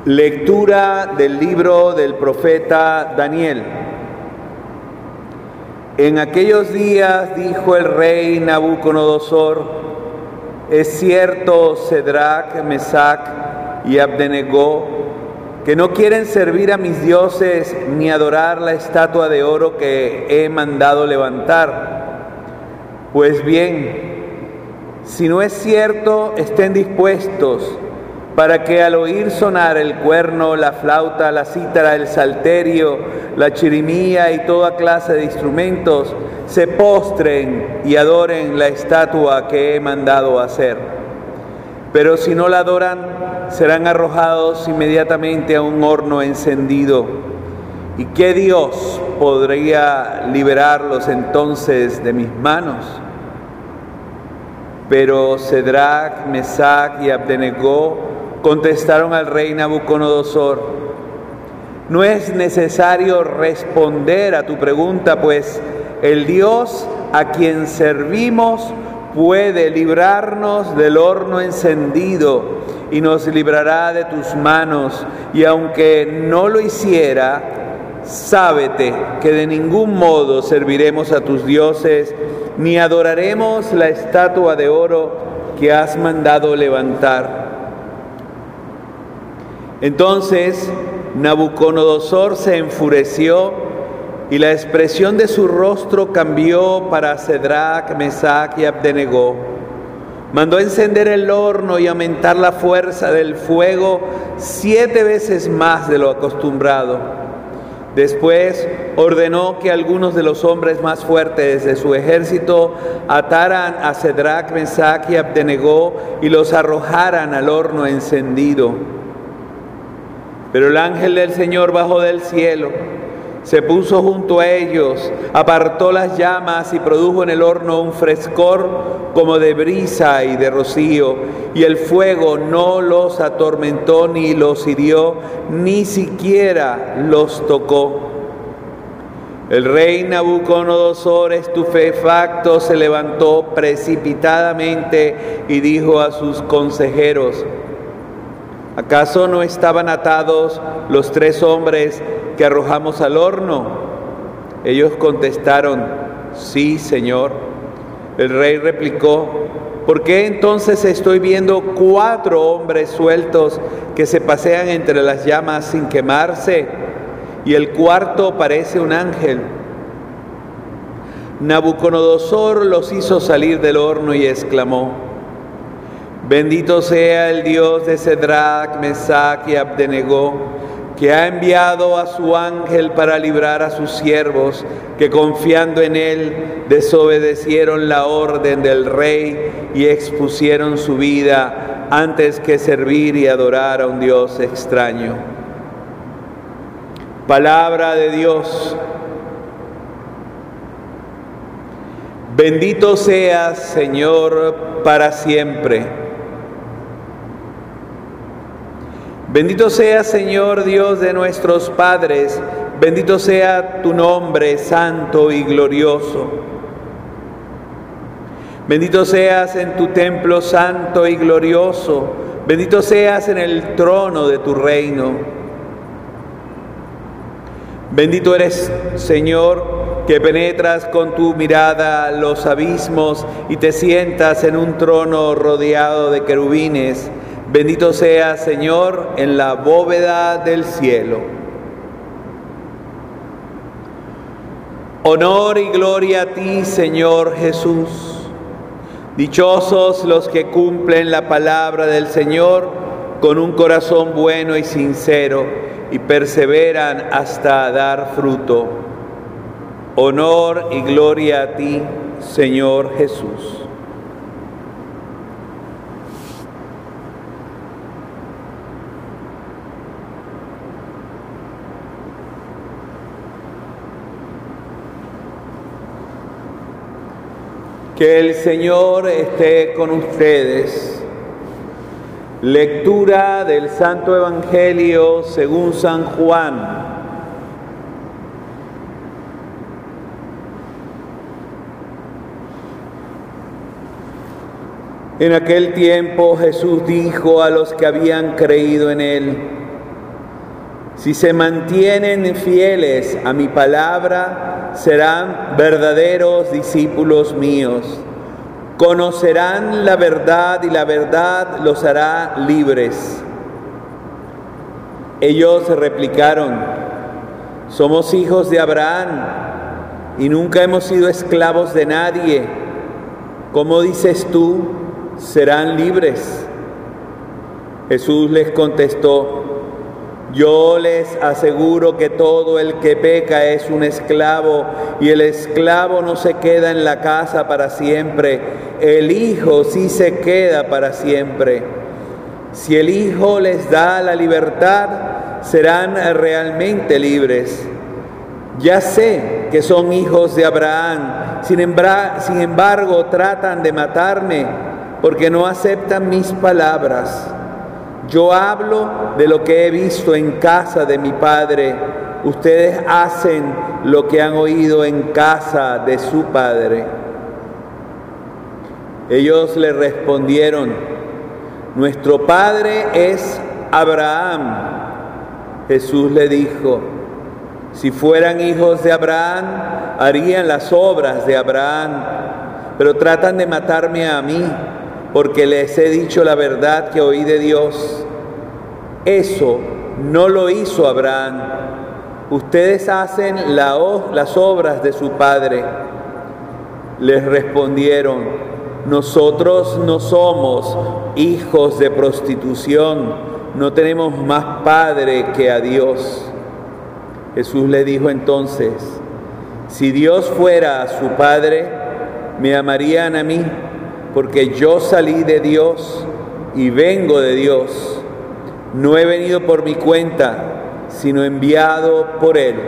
Lectura del libro del profeta Daniel. En aquellos días dijo el rey Nabucodonosor: es cierto, Cedrac, Mesac y Abdenego, que no quieren servir a mis dioses ni adorar la estatua de oro que he mandado levantar. Pues bien, si no es cierto, estén dispuestos para que al oír sonar el cuerno, la flauta, la cítara, el salterio, la chirimía y toda clase de instrumentos, se postren y adoren la estatua que he mandado hacer. Pero si no la adoran, serán arrojados inmediatamente a un horno encendido. ¿Y qué Dios podría liberarlos entonces de mis manos? Pero Cedrac, Mesac y Abdenego contestaron al rey Nabucodonosor: no es necesario responder a tu pregunta, pues el Dios a quien servimos puede librarnos del horno encendido y nos librará de tus manos. Y aunque no lo hiciera, sábete que de ningún modo serviremos a tus dioses, ni adoraremos la estatua de oro que has mandado levantar. Entonces Nabucodonosor se enfureció y la expresión de su rostro cambió para Cedrac, Mesac y Abdenego. Mandó encender el horno y aumentar la fuerza del fuego 7 veces más de lo acostumbrado. Después ordenó que algunos de los hombres más fuertes de su ejército ataran a Cedrac, Mesac y Abdenego y los arrojaran al horno encendido. Pero el ángel del Señor bajó del cielo, se puso junto a ellos, apartó las llamas y produjo en el horno un frescor como de brisa y de rocío, y el fuego no los atormentó ni los hirió, ni siquiera los tocó. El rey Nabucodonosor, estupefacto, se levantó precipitadamente y dijo a sus consejeros: ¿acaso no estaban atados los 3 hombres que arrojamos al horno? Ellos contestaron: sí, Señor. El rey replicó: ¿por qué entonces estoy viendo 4 hombres sueltos que se pasean entre las llamas sin quemarse? Y el cuarto parece un ángel. Nabucodonosor los hizo salir del horno y exclamó: bendito sea el Dios de Cedrac, Mesac y Abdenego, que ha enviado a su ángel para librar a sus siervos, que confiando en él desobedecieron la orden del rey y expusieron su vida antes que servir y adorar a un Dios extraño. Palabra de Dios. Bendito seas, Señor, para siempre. Bendito sea, Señor, Dios de nuestros padres, bendito sea tu nombre santo y glorioso. Bendito seas en tu templo santo y glorioso, bendito seas en el trono de tu reino. Bendito eres, Señor, que penetras con tu mirada los abismos y te sientas en un trono rodeado de querubines. Bendito seas, Señor, en la bóveda del cielo. Honor y gloria a ti, Señor Jesús. Dichosos los que cumplen la palabra del Señor con un corazón bueno y sincero y perseveran hasta dar fruto. Honor y gloria a ti, Señor Jesús. Que el Señor esté con ustedes. Lectura del Santo Evangelio según San Juan. En aquel tiempo Jesús dijo a los que habían creído en él: Si se mantienen fieles a mi palabra, serán verdaderos discípulos míos. Conocerán la verdad y la verdad los hará libres. Ellos replicaron: somos hijos de Abraham y nunca hemos sido esclavos de nadie. ¿Cómo dices tú, serán libres? Jesús les contestó: yo les aseguro que todo el que peca es un esclavo, y el esclavo no se queda en la casa para siempre, el Hijo sí se queda para siempre. Si el Hijo les da la libertad, serán realmente libres. Ya sé que son hijos de Abraham, sin embargo tratan de matarme porque no aceptan mis palabras. Yo hablo de lo que he visto en casa de mi Padre. Ustedes hacen lo que han oído en casa de su padre. Ellos le respondieron: nuestro padre es Abraham. Jesús le dijo: si fueran hijos de Abraham, harían las obras de Abraham, pero tratan de matarme a mí, porque les he dicho la verdad que oí de Dios. Eso no lo hizo Abraham. Ustedes hacen las obras de su padre. Les respondieron: nosotros no somos hijos de prostitución, no tenemos más padre que a Dios. Jesús le dijo entonces: si Dios fuera su padre, me amarían a mí, porque yo salí de Dios y vengo de Dios. No he venido por mi cuenta, sino enviado por Él.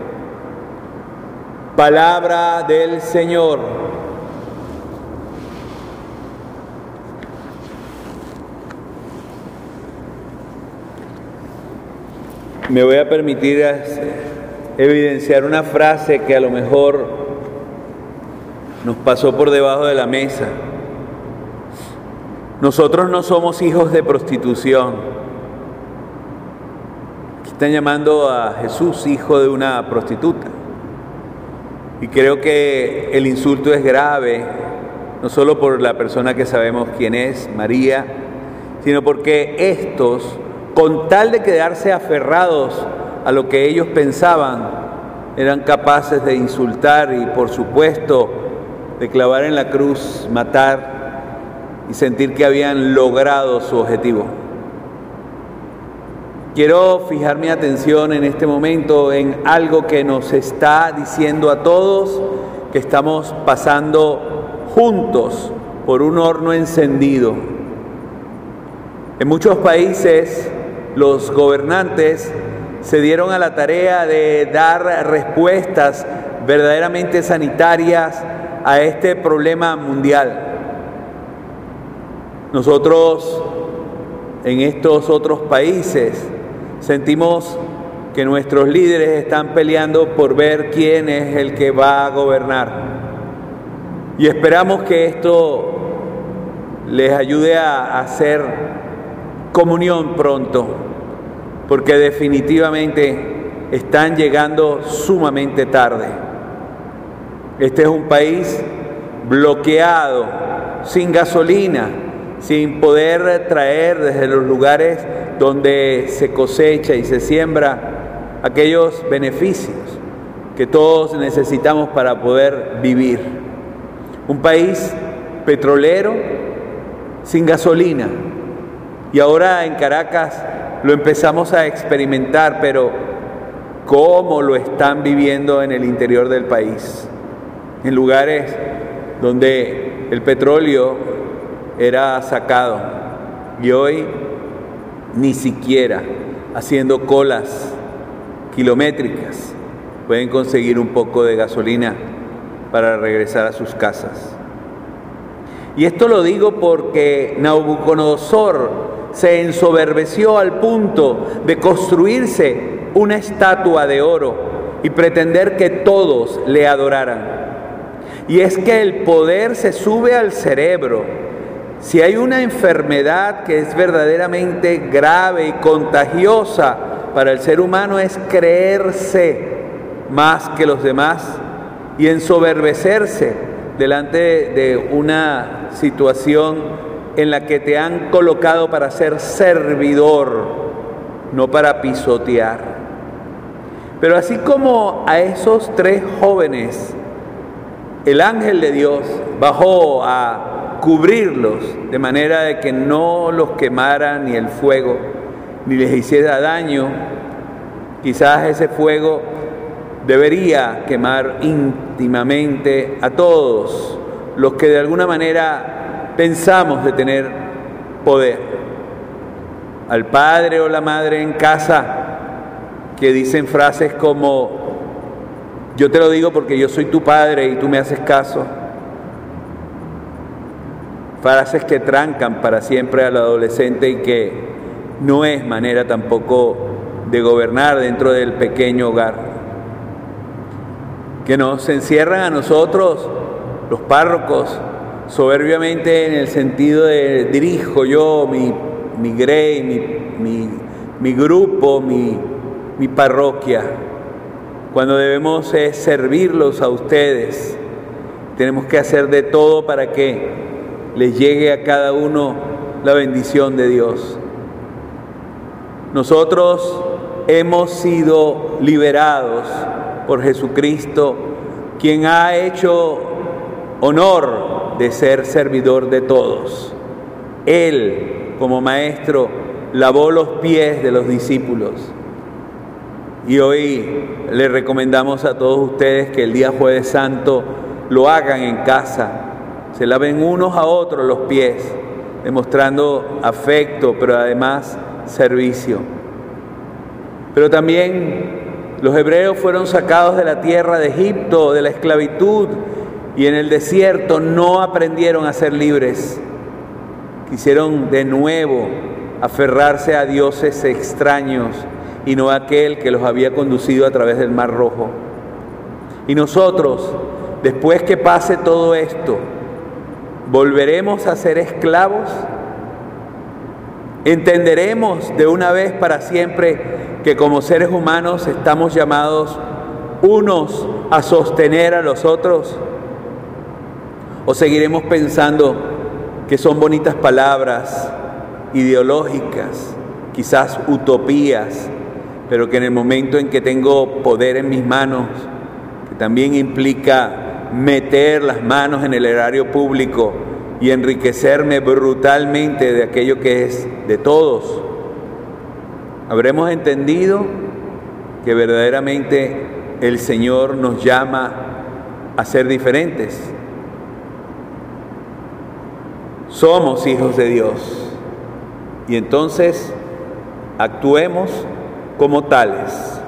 Palabra del Señor. Me voy a permitir evidenciar una frase que a lo mejor nos pasó por debajo de la mesa. Nosotros no somos hijos de prostitución. Aquí están llamando a Jesús hijo de una prostituta. Y creo que el insulto es grave, no solo por la persona que sabemos quién es, María, sino porque estos, con tal de quedarse aferrados a lo que ellos pensaban, eran capaces de insultar y, por supuesto, de clavar en la cruz, matar y sentir que habían logrado su objetivo. Quiero fijar mi atención en este momento en algo que nos está diciendo a todos que estamos pasando juntos por un horno encendido. En muchos países, los gobernantes se dieron a la tarea de dar respuestas verdaderamente sanitarias a este problema mundial. Nosotros, en estos otros países, sentimos que nuestros líderes están peleando por ver quién es el que va a gobernar. Y esperamos que esto les ayude a hacer comunión pronto, porque definitivamente están llegando sumamente tarde. Este es un país bloqueado, sin gasolina, sin poder traer desde los lugares donde se cosecha y se siembra aquellos beneficios que todos necesitamos para poder vivir. Un país petrolero, sin gasolina. Y ahora en Caracas lo empezamos a experimentar, pero ¿cómo lo están viviendo en el interior del país? En lugares donde el petróleo era sacado y hoy ni siquiera haciendo colas kilométricas pueden conseguir un poco de gasolina para regresar a sus casas. Y esto lo digo porque Nabucodonosor se ensoberbeció al punto de construirse una estatua de oro y pretender que todos le adoraran. Y es que el poder se sube al cerebro. Si hay una enfermedad que es verdaderamente grave y contagiosa, para el ser humano es creerse más que los demás y ensoberbecerse delante de una situación en la que te han colocado para ser servidor, no para pisotear. Pero así como a esos 3 jóvenes, el ángel de Dios bajó a cubrirlos de manera de que no los quemara ni el fuego, ni les hiciera daño. Quizás ese fuego debería quemar íntimamente a todos los que de alguna manera pensamos de tener poder. Al padre o la madre en casa que dicen frases como: yo te lo digo porque yo soy tu padre y tú me haces caso. Frases que trancan para siempre al adolescente y que no es manera tampoco de gobernar dentro del pequeño hogar. Que nos encierran a nosotros, los párrocos, soberbiamente en el sentido de dirijo yo mi grey, mi grupo, mi parroquia, cuando debemos servirlos a ustedes. Tenemos que hacer de todo para que les llegue a cada uno la bendición de Dios. Nosotros hemos sido liberados por Jesucristo, quien ha hecho honor de ser servidor de todos. Él, como maestro, lavó los pies de los discípulos. Y hoy les recomendamos a todos ustedes que el día Jueves Santo lo hagan en casa, se laven unos a otros los pies, demostrando afecto, pero además servicio. Pero también los hebreos fueron sacados de la tierra de Egipto, de la esclavitud, y en el desierto no aprendieron a ser libres. Quisieron de nuevo aferrarse a dioses extraños y no a aquel que los había conducido a través del Mar Rojo. Y nosotros, después que pase todo esto, ¿volveremos a ser esclavos? ¿Entenderemos de una vez para siempre que como seres humanos estamos llamados unos a sostener a los otros? ¿O seguiremos pensando que son bonitas palabras ideológicas, quizás utopías, pero que en el momento en que tengo poder en mis manos, que también implica meter las manos en el erario público y enriquecerme brutalmente de aquello que es de todos, habremos entendido que verdaderamente el Señor nos llama a ser diferentes? Somos hijos de Dios y entonces actuemos como tales.